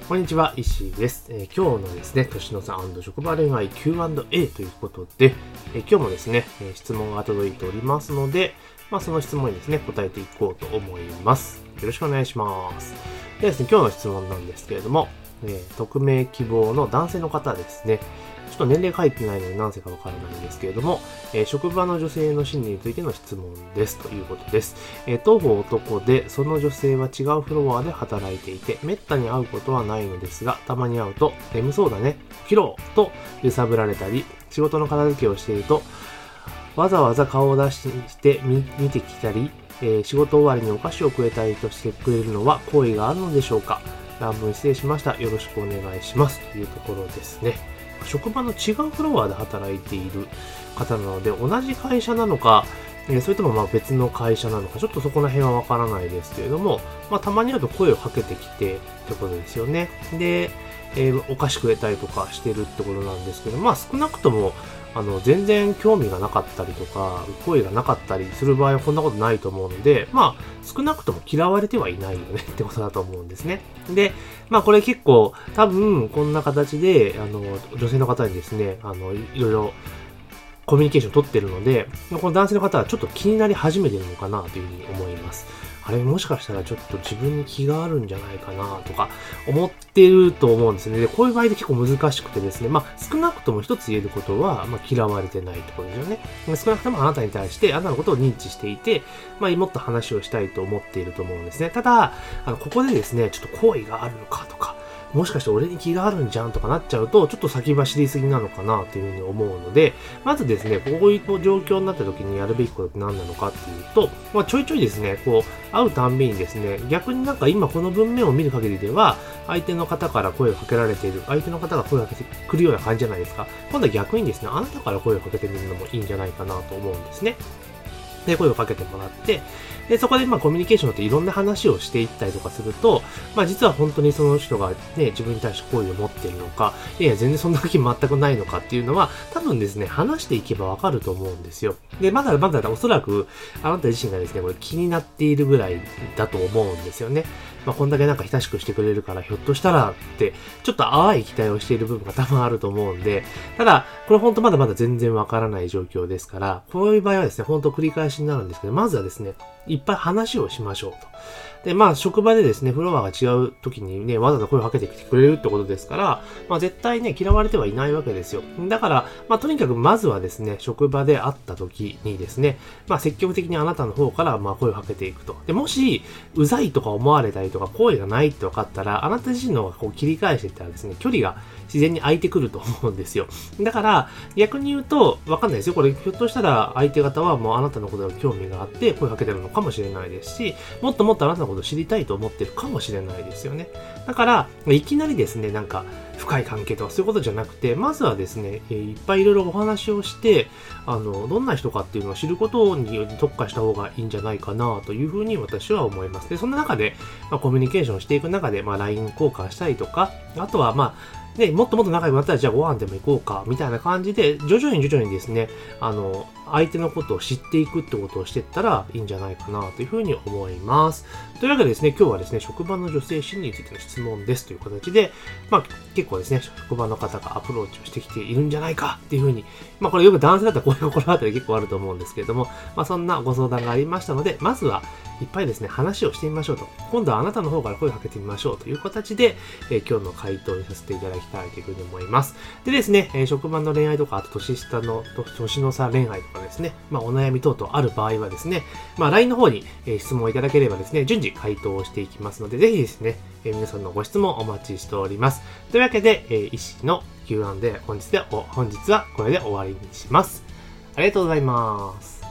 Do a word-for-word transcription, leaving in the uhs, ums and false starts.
こんにちは、石井です。えー、今日のですね、年の差&職場恋愛 キューアンドエー ということで、えー、今日もですね、えー、質問が届いておりますので、まあ、その質問にですね、答えていこうと思います。よろしくお願いします。でですね、今日の質問なんですけれども、えー、匿名希望の男性の方ですね、ちょっと年齢書いてないので何せかわからないんですけれども、えー、職場の女性の心理についての質問ですということです。えー、当方男で、その女性は違うフロアで働いていて、めったに会うことはないのですが、たまに会うと、眠そうだね、起きろと揺さぶられたり、仕事の片付けをしていると、わざわざ顔を出して見てきたり、えー、仕事終わりにお菓子をくれたりとしてくれるのは好意があるのでしょうか。乱文失礼しました。よろしくお願いします。というところですね。職場の違うフロアで働いている方なので、同じ会社なのか、それともまあ別の会社なのか、ちょっとそこら辺はわからないですけれども、まあたまに会うと声をかけてきてってことですよね。で、えー、お菓子くれたりとかしてるってことなんですけど、まあ少なくとも、あの、全然興味がなかったりとか、声がなかったりする場合はこんなことないと思うので、まあ少なくとも嫌われてはいないよねってことだと思うんですね。で、まあこれ結構多分こんな形で、あの、女性の方にですね、あの、いろいろコミュニケーションを取ってるので、この男性の方はちょっと気になり始めてるのかなというふうに思います。あれもしかしたらちょっと自分に気があるんじゃないかなとか思ってると思うんですね。で、こういう場合で結構難しくてですね、まあ少なくとも一つ言えることは、まあ嫌われてないってことですよね。少なくともあなたに対してあなたのことを認知していて、まあもっと話をしたいと思っていると思うんですね。ただ、あの、ここでですね、ちょっと好意があるのかとか、もしかして俺に気があるんじゃんとかなっちゃうと、ちょっと先走りすぎなのかなというふうに思うので、まずですね、こういう状況になった時にやるべきことって何なのかっていうと、まあちょいちょいですね、こう、会うたんびにですね、逆になんか今この文面を見る限りでは、相手の方から声をかけられている、相手の方が声をかけてくるような感じじゃないですか。今度は逆にですね、あなたから声をかけてみるのもいいんじゃないかなと思うんですね。で、声をかけてもらって、で、そこでまあコミュニケーションっていろんな話をしていったりとかすると、まあ実は本当にその人がね、自分に対して好意を持っているのか、いや全然そんな気全くないのかっていうのは、多分ですね、話していけばわかると思うんですよ。で、まだまだおそらく、あなた自身がですね、これ気になっているぐらいだと思うんですよね。まあこんだけなんか親しくしてくれるから、ひょっとしたらって、ちょっと淡い期待をしている部分が多分あると思うんで、ただ、これ本当まだまだ全然わからない状況ですから、こういう場合はですね、本当繰り返しになるんですけど、まずはですね、いっぱい話をしましょうと。で、まあ、職場でですね、フロアが違う時にね、わざわざ声をかけてきてくれるってことですから、まあ、絶対ね、嫌われてはいないわけですよ。だから、まあ、とにかくまずはですね、職場で会った時にですね、まあ、積極的にあなたの方から、まあ、声をかけていくと。で、もし、うざいとか思われたりとか、声がないって分かったら、あなた自身のこう切り返していったらですね、距離が自然に空いてくると思うんですよ。だから、逆に言うと、わかんないですよ。これ、ひょっとしたら、相手方はもうあなたのことが興味があって、声をかけてるのかもしれないですし、もっともっとあなたのことを知りたいと思ってるかもしれないですよね。だから、いきなりですね、なんか、深い関係とかそういうことじゃなくて、まずはですね、いっぱいいろいろお話をして、あの、どんな人かっていうのを知ることに特化した方がいいんじゃないかなというふうに私は思います。で、その中で、まあ、コミュニケーションしていく中で、まあ、ライン 交換したりとか、あとは、まあ、で、もっともっと仲良くなったら、じゃあご飯でも行こうか、みたいな感じで、徐々に徐々にですね、あの、相手のことを知っていくってことをしていったらいいんじゃないかなというふうに思います。というわけでですね、今日はですね、職場の女性心理についての質問ですという形で、まあ結構ですね、職場の方がアプローチをしてきているんじゃないかっていうふうに、まあこれよく男性だったらこういう心当たり結構あると思うんですけれども、まあそんなご相談がありましたので、まずはいっぱいですね、話をしてみましょうと。今度はあなたの方から声をかけてみましょうという形で、えー、今日の回答にさせていただきたいというふうに思います。でですね、えー、職場の恋愛とか、あと年下の、年の差恋愛とかですね、まあお悩み等々ある場合はですね、まあ ライン の方に、えー、質問をいただければですね、順次回答をしていきますので、ぜひですね、えー、皆さんのご質問お待ちしております。というわけで、えー、石の キューアンドエー 本日で、本日はこれで終わりにします。ありがとうございます。